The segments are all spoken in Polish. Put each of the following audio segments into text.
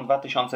Sezon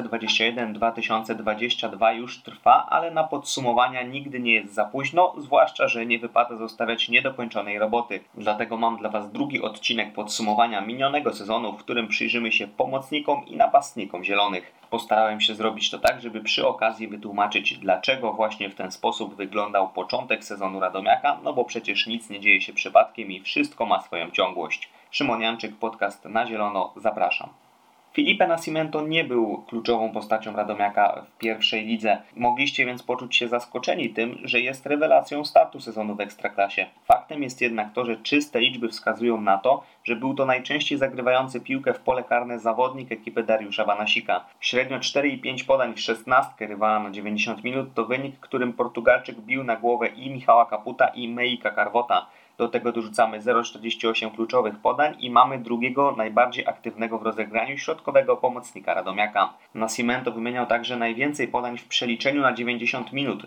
2021-2022 już trwa, ale na podsumowania nigdy nie jest za późno, zwłaszcza, że nie wypada zostawiać niedokończonej roboty. Dlatego mam dla Was drugi odcinek podsumowania minionego sezonu, w którym przyjrzymy się pomocnikom i napastnikom zielonych. Postarałem się zrobić to tak, żeby przy okazji wytłumaczyć, dlaczego właśnie w ten sposób wyglądał początek sezonu Radomiaka, no bo przecież nic nie dzieje się przypadkiem i wszystko ma swoją ciągłość. Szymon Janczyk, podcast Na Zielono, zapraszam. Filipe Nascimento nie był kluczową postacią Radomiaka w pierwszej lidze. Mogliście więc poczuć się zaskoczeni tym, że jest rewelacją startu sezonu w Ekstraklasie. Faktem jest jednak to, że czyste liczby wskazują na to, że był to najczęściej zagrywający piłkę w pole karne zawodnik ekipy Dariusza Banasika. Średnio 4,5 podań w 16 rywala na 90 minut to wynik, którym Portugalczyk bił na głowę i Michała Caputa i Meika Carvota. Do tego dorzucamy 0,48 kluczowych podań i mamy drugiego najbardziej aktywnego w rozegraniu środkowego pomocnika Radomiaka. Nascimento wymieniał także najwięcej podań w przeliczeniu na 90 minut,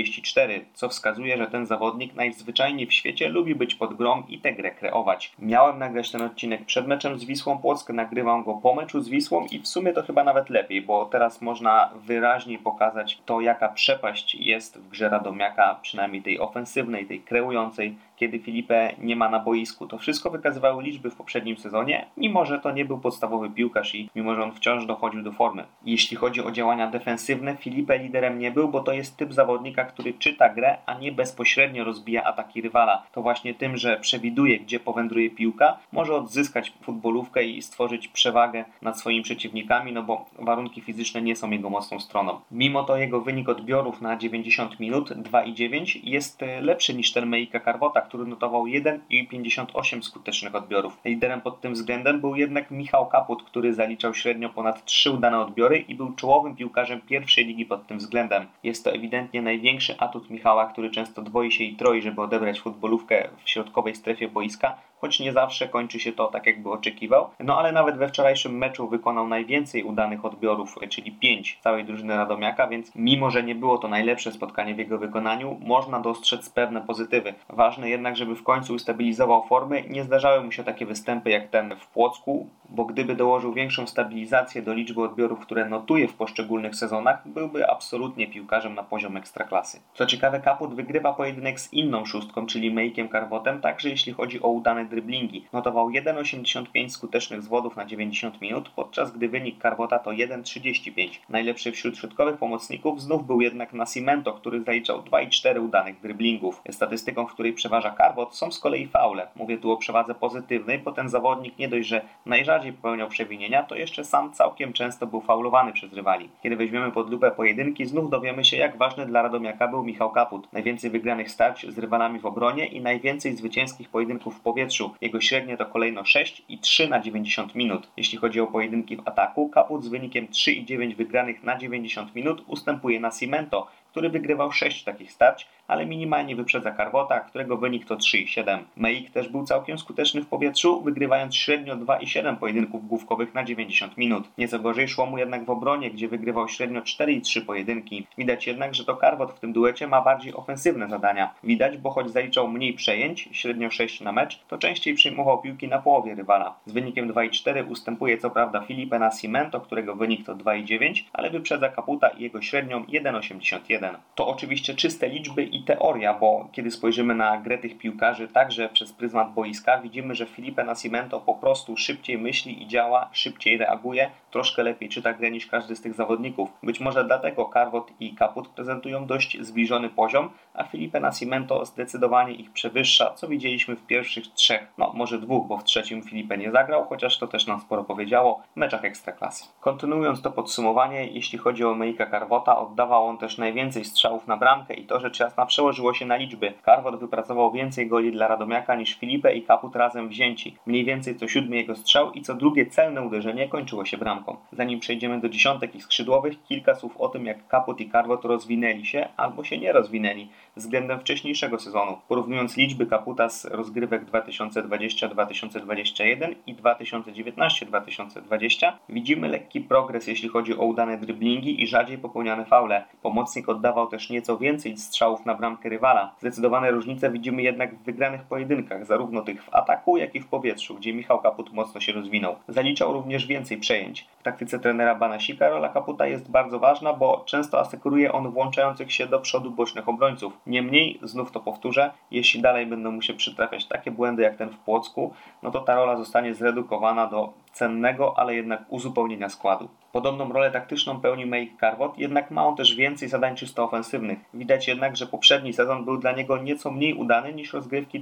44, co wskazuje, że ten zawodnik najzwyczajniej w świecie lubi być pod grą i tę grę kreować. Miałem nagrać ten odcinek przed meczem z Wisłą Płock, nagrywam go po meczu z Wisłą i w sumie to chyba nawet lepiej, bo teraz można wyraźniej pokazać to, jaka przepaść jest w grze Radomiaka, przynajmniej tej ofensywnej, tej kreującej, kiedy Filipe nie ma na boisku. To wszystko wykazywały liczby w poprzednim sezonie, mimo że to nie był podstawowy piłkarz i mimo że on wciąż dochodził do formy. Jeśli chodzi o działania defensywne, Filipe liderem nie był, bo to jest typ zawodnika, który czyta grę, a nie bezpośrednio rozbija ataki rywala. To właśnie tym, że przewiduje, gdzie powędruje piłka, może odzyskać futbolówkę i stworzyć przewagę nad swoimi przeciwnikami, no bo warunki fizyczne nie są jego mocną stroną. Mimo to jego wynik odbiorów na 90 minut 2,9 jest lepszy niż ten Meika Carvota, który notował 1,58 skutecznych odbiorów. Liderem pod tym względem był jednak Michał Caput, który zaliczał średnio ponad 3 udane odbiory i był czołowym piłkarzem pierwszej ligi pod tym względem. Jest to ewidentnie największy atut Michała, który często dwoi się i troi, żeby odebrać futbolówkę w środkowej strefie boiska, choć nie zawsze kończy się to tak, jakby oczekiwał. No ale nawet we wczorajszym meczu wykonał najwięcej udanych odbiorów, czyli 5 całej drużyny Radomiaka, więc mimo, że nie było to najlepsze spotkanie w jego wykonaniu, można dostrzec pewne pozytywy. Ważne jednak, żeby w końcu ustabilizował formy. Nie zdarzały mu się takie występy jak ten w Płocku, bo gdyby dołożył większą stabilizację do liczby odbiorów, które notuje w poszczególnych sezonach, byłby absolutnie piłkarzem na poziom ekstraklasy. Co ciekawe, Caput wygrywa pojedynek z inną szóstką, czyli Meikiem Carvotem, także jeśli chodzi o udane driblingi. Notował 1,85 skutecznych zwodów na 90 minut, podczas gdy wynik Carvota to 1,35. Najlepszy wśród środkowych pomocników znów był jednak Nascimento, który zaliczał 2,4 udanych driblingów. Statystyką, w której przeważa Carvot, są z kolei faule. Mówię tu o przewadze pozytywnej, bo ten zawodnik nie dość, że najrzadziej popełniał przewinienia, to jeszcze sam całkiem często był faulowany przez rywali. Kiedy weźmiemy pod lupę pojedynki, znów dowiemy się, jak ważny dla Radomiaka był Michał Caput. Najwięcej wygranych starć z rywalami w obronie i najwięcej zwycięskich pojedynków w powietrzu. Jego średnie to kolejno 6 i 3 na 90 minut. Jeśli chodzi o pojedynki w ataku, Caput z wynikiem 3,9 wygranych na 90 minut ustępuje Nascimento, który wygrywał 6 takich starć, ale minimalnie wyprzedza Carvota, którego wynik to 3,7. Meik też był całkiem skuteczny w powietrzu, wygrywając średnio 2,7 pojedynków główkowych na 90 minut. Nieco gorzej szło mu jednak w obronie, gdzie wygrywał średnio 4,3 pojedynki. Widać jednak, że to Carvot w tym duecie ma bardziej ofensywne zadania. Widać, bo choć zaliczał mniej przejęć, średnio 6 na mecz, to częściej przyjmował piłki na połowie rywala. Z wynikiem 2,4 ustępuje co prawda Filipe Nascimento, którego wynik to 2,9, ale wyprzedza Caputa i jego średnią 1,81. To oczywiście czyste liczby i teoria, bo kiedy spojrzymy na grę tych piłkarzy także przez pryzmat boiska, widzimy, że Filipe Nascimento po prostu szybciej myśli i działa, szybciej reaguje, troszkę lepiej czyta grę niż każdy z tych zawodników. Być może dlatego Carvot i Caput prezentują dość zbliżony poziom, a Filipe Nascimento zdecydowanie ich przewyższa, co widzieliśmy w pierwszych 3, może 2, bo w trzecim Filipe nie zagrał, chociaż to też nam sporo powiedziało, meczach Ekstraklasy. Kontynuując to podsumowanie, jeśli chodzi o Meika Carvota, oddawał on też najwięcej strzałów na bramkę i to rzecz jasna przełożyło się na liczby. Carvot wypracował więcej goli dla Radomiaka niż Filipe i Caput razem wzięci. Mniej więcej co 7 jego strzał i co drugie celne uderzenie kończyło się bramką. Zanim przejdziemy do dziesiątek i skrzydłowych, kilka słów o tym, jak Caput i Carvot rozwinęli się albo się nie rozwinęli względem wcześniejszego sezonu. Porównując liczby Caputa z rozgrywek 2020-2021 i 2019-2020, widzimy lekki progres, jeśli chodzi o udane driblingi i rzadziej popełniane faule. Pomocnik oddawał też nieco więcej strzałów na bramkę rywala. Zdecydowane różnice widzimy jednak w wygranych pojedynkach, zarówno tych w ataku, jak i w powietrzu, gdzie Michał Kaput mocno się rozwinął. Zaliczał również więcej przejęć. W taktyce trenera Banasika rola Kaputa jest bardzo ważna, bo często asekuruje on włączających się do przodu bocznych obrońców. Niemniej, znów to powtórzę, jeśli dalej będą mu się przytrafiać takie błędy jak ten w Płocku, no to ta rola zostanie zredukowana do cennego, ale jednak uzupełnienia składu. Podobną rolę taktyczną pełni Mike Carvot, jednak ma on też więcej zadań czysto ofensywnych. Widać jednak, że poprzedni sezon był dla niego nieco mniej udany niż rozgrywki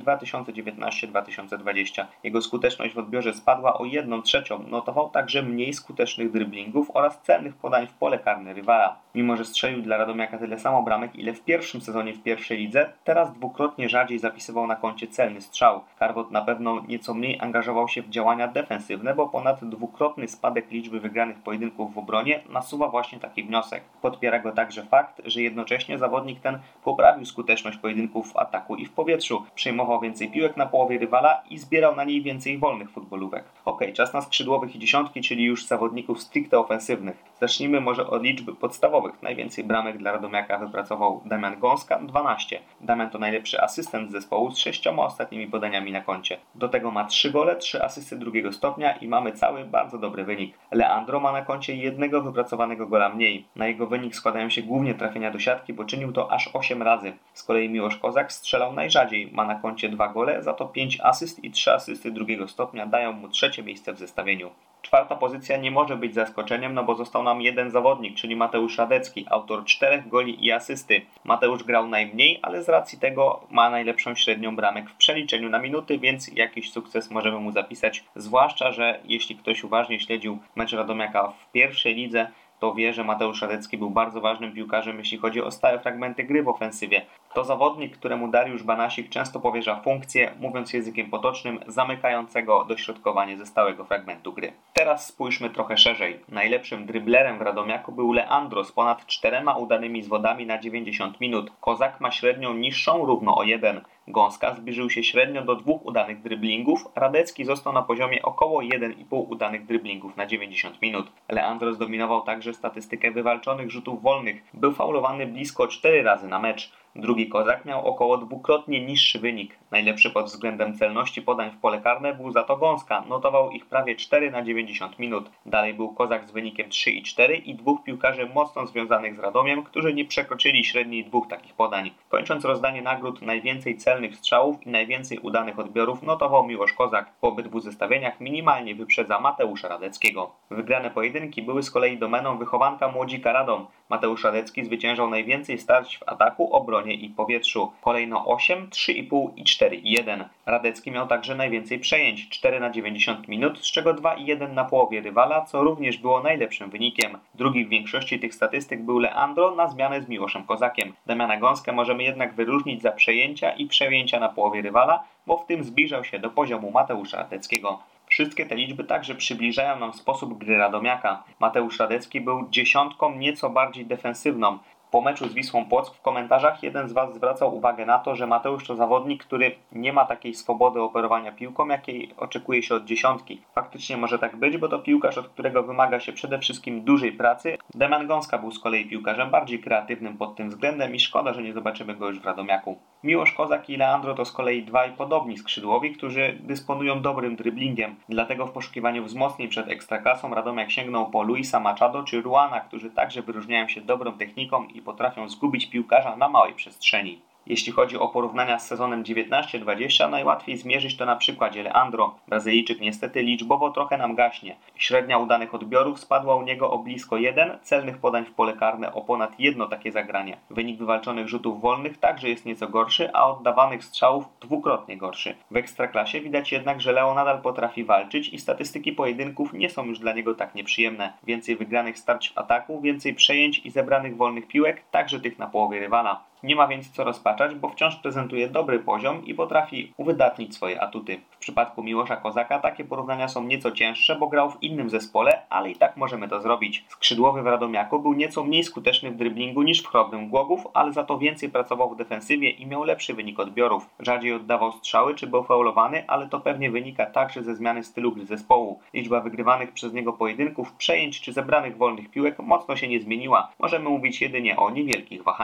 2019-2020. Jego skuteczność w odbiorze spadła o 1/3. Notował także mniej skutecznych dryblingów oraz celnych podań w pole karne rywala. Mimo że strzelił dla Radomiaka tyle samo bramek, ile w pierwszym sezonie w pierwszej lidze, teraz dwukrotnie rzadziej zapisywał na koncie celny strzał. Carvot na pewno nieco mniej angażował się w działania defensywne, bo ponad dwukrotny spadek liczby wygranych pojedynków w obronie nasuwa właśnie taki wniosek. Podpiera go także fakt, że jednocześnie zawodnik ten poprawił skuteczność pojedynków w ataku i w powietrzu, przejmował więcej piłek na połowie rywala i zbierał na niej więcej wolnych futbolówek. Czas na skrzydłowych i dziesiątki, czyli już zawodników stricte ofensywnych. Zacznijmy może od liczby podstawowych. Najwięcej bramek dla Radomiaka wypracował Damian Gąska, 12. Damian to najlepszy asystent zespołu z 6 ostatnimi podaniami na koncie. Do tego ma 3 gole, 3 asysty drugiego stopnia i mamy cały bardzo dobry wynik. Leandro ma na koncie jednego wypracowanego gola mniej. Na jego wynik składają się głównie trafienia do siatki, bo czynił to aż 8 razy. Z kolei Miłosz Kozak strzelał najrzadziej. Ma na koncie 2 gole, za to 5 asyst i 3 asysty drugiego stopnia dają mu trzecie miejsce w zestawieniu. Czwarta pozycja nie może być zaskoczeniem, no bo został nam jeden zawodnik, czyli Mateusz Radecki, autor 4 goli i asysty. Mateusz grał najmniej, ale z racji tego ma najlepszą średnią bramek w przeliczeniu na minuty, więc jakiś sukces możemy mu zapisać. Zwłaszcza, że jeśli ktoś uważnie śledził mecz Radomiaka w pierwszej lidze, to wie, że Mateusz Radecki był bardzo ważnym piłkarzem, jeśli chodzi o stałe fragmenty gry w ofensywie. To zawodnik, któremu Dariusz Banasik często powierza funkcję, mówiąc językiem potocznym, zamykającego dośrodkowanie ze stałego fragmentu gry. Teraz spójrzmy trochę szerzej. Najlepszym dryblerem w Radomiaku był Leandro z ponad 4 udanymi zwodami na 90 minut. Kozak ma średnią niższą równo o 1. Gąska zbliżył się średnio do 2 udanych dryblingów, Radecki został na poziomie około 1,5 udanych dryblingów na 90 minut. Leandro zdominował także statystykę wywalczonych rzutów wolnych, był faulowany blisko 4 razy na mecz. Drugi Kozak miał około dwukrotnie niższy wynik. Najlepszy pod względem celności podań w pole karne był za to Gąska, notował ich prawie 4 na 90 minut. Dalej był Kozak z wynikiem 3,4 i 2 piłkarzy mocno związanych z Radomiem, którzy nie przekroczyli średniej 2 takich podań. Kończąc rozdanie nagród, najwięcej celnych strzałów i najwięcej udanych odbiorów notował Miłosz Kozak. W obydwu zestawieniach minimalnie wyprzedza Mateusza Radeckiego. Wygrane pojedynki były z kolei domeną wychowanka Młodzika Radom. Mateusz Radecki zwyciężał najwięcej starć w ataku, obronie i powietrzu. Kolejno 8, 3,5 i 4,1. Radecki miał także najwięcej przejęć, 4 na 90 minut, z czego 2,1 na połowie rywala, co również było najlepszym wynikiem. Drugi w większości tych statystyk był Leandro na zmianę z Miłoszem Kozakiem. Damiana Gąskę możemy jednak wyróżnić za przejęcia i przejęcia na połowie rywala, bo w tym zbliżał się do poziomu Mateusza Radeckiego. Wszystkie te liczby także przybliżają nam sposób gry Radomiaka. Mateusz Radecki był dziesiątką nieco bardziej defensywną. Po meczu z Wisłą Płock w komentarzach jeden z Was zwracał uwagę na to, że Mateusz to zawodnik, który nie ma takiej swobody operowania piłką, jakiej oczekuje się od dziesiątki. Faktycznie może tak być, bo to piłkarz, od którego wymaga się przede wszystkim dużej pracy. Damian Gąska był z kolei piłkarzem bardziej kreatywnym pod tym względem i szkoda, że nie zobaczymy go już w Radomiaku. Miłosz Kozak i Leandro to z kolei dwaj podobni skrzydłowi, którzy dysponują dobrym dryblingiem. Dlatego w poszukiwaniu wzmocnień przed Ekstraklasą Radomiak sięgnął po Luisa Machado czy Ruana, którzy także wyróżniają się dobrą techniką i potrafią zgubić piłkarza na małej przestrzeni. Jeśli chodzi o porównania z sezonem 19-20, najłatwiej zmierzyć to na przykładzie Leandro. Brazylijczyk niestety liczbowo trochę nam gaśnie. Średnia udanych odbiorów spadła u niego o blisko 1, celnych podań w pole karne o ponad 1 takie zagranie. Wynik wywalczonych rzutów wolnych także jest nieco gorszy, a oddawanych strzałów dwukrotnie gorszy. W Ekstraklasie widać jednak, że Leo nadal potrafi walczyć i statystyki pojedynków nie są już dla niego tak nieprzyjemne. Więcej wygranych starć w ataku, więcej przejęć i zebranych wolnych piłek, także tych na połowie rywala. Nie ma więc co rozpaczać, bo wciąż prezentuje dobry poziom i potrafi uwydatnić swoje atuty. W przypadku Miłosza Kozaka takie porównania są nieco cięższe, bo grał w innym zespole, ale i tak możemy to zrobić. Skrzydłowy w Radomiaku był nieco mniej skuteczny w dryblingu niż w Chrobrym Głogów, ale za to więcej pracował w defensywie i miał lepszy wynik odbiorów. Rzadziej oddawał strzały czy był faulowany, ale to pewnie wynika także ze zmiany stylu gry zespołu. Liczba wygrywanych przez niego pojedynków, przejęć czy zebranych wolnych piłek mocno się nie zmieniła. Możemy mówić jedynie o niewielkich wahaniach.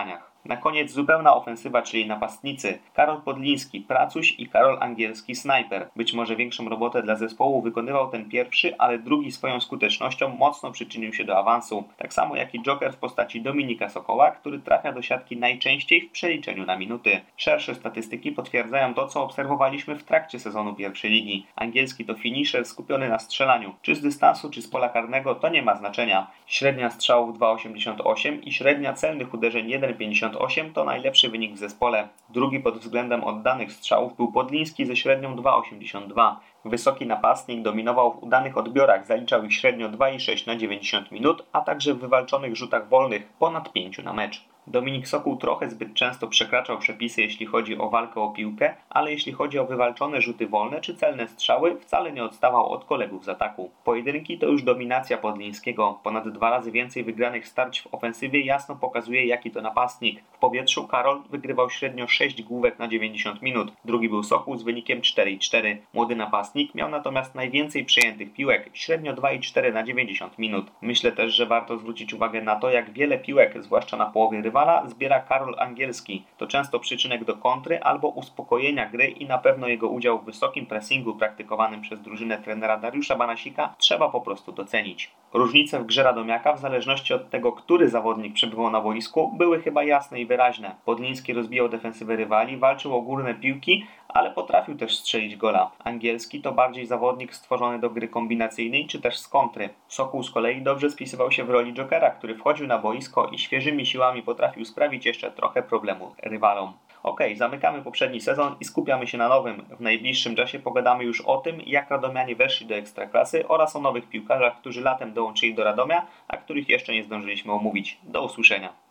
Na koniec zupełna ofensywa, czyli napastnicy. Karol Podliński, pracuś i Karol Angielski, snajper. Być może większą robotę dla zespołu wykonywał ten pierwszy, ale drugi swoją skutecznością mocno przyczynił się do awansu. Tak samo jak i joker w postaci Dominika Sokoła, który trafia do siatki najczęściej w przeliczeniu na minuty. Szersze statystyki potwierdzają to, co obserwowaliśmy w trakcie sezonu pierwszej ligi. Angielski to finisher skupiony na strzelaniu. Czy z dystansu, czy z pola karnego, to nie ma znaczenia. Średnia strzałów 2,88 i średnia celnych uderzeń 1,58 to najlepszy wynik w zespole. Drugi pod względem oddanych strzałów był Podliński ze średnią 2,82. Wysoki napastnik dominował w udanych odbiorach, zaliczał ich średnio 2,6 na 90 minut, a także w wywalczonych rzutach wolnych ponad 5 na mecz. Dominik Sokół trochę zbyt często przekraczał przepisy, jeśli chodzi o walkę o piłkę, ale jeśli chodzi o wywalczone rzuty wolne czy celne strzały, wcale nie odstawał od kolegów z ataku. Pojedynki to już dominacja Podlińskiego. Ponad 2 razy więcej wygranych starć w ofensywie jasno pokazuje, jaki to napastnik. W powietrzu Karol wygrywał średnio 6 główek na 90 minut. Drugi był Sokół z wynikiem 4,4. Młody napastnik miał natomiast najwięcej przejętych piłek, średnio 2,4 na 90 minut. Myślę też, że warto zwrócić uwagę na to, jak wiele piłek, zwłaszcza na połowie rywala, zbiera Karol Angielski. To często przyczynek do kontry albo uspokojenia gry i na pewno jego udział w wysokim pressingu praktykowanym przez drużynę trenera Dariusza Banasika trzeba po prostu docenić. Różnice w grze Radomiaka w zależności od tego, który zawodnik przebywał na boisku, były chyba jasne i wyraźne. Podliński rozbijał defensywę rywali, walczył o górne piłki, ale potrafił też strzelić gola. Angielski to bardziej zawodnik stworzony do gry kombinacyjnej czy też z kontry. Sokół z kolei dobrze spisywał się w roli jokera, który wchodził na boisko i świeżymi siłami potrafił sprawić jeszcze trochę problemu rywalom. Zamykamy poprzedni sezon i skupiamy się na nowym. W najbliższym czasie pogadamy już o tym, jak radomianie weszli do Ekstraklasy oraz o nowych piłkarzach, którzy latem dołączyli do Radomia, a których jeszcze nie zdążyliśmy omówić. Do usłyszenia.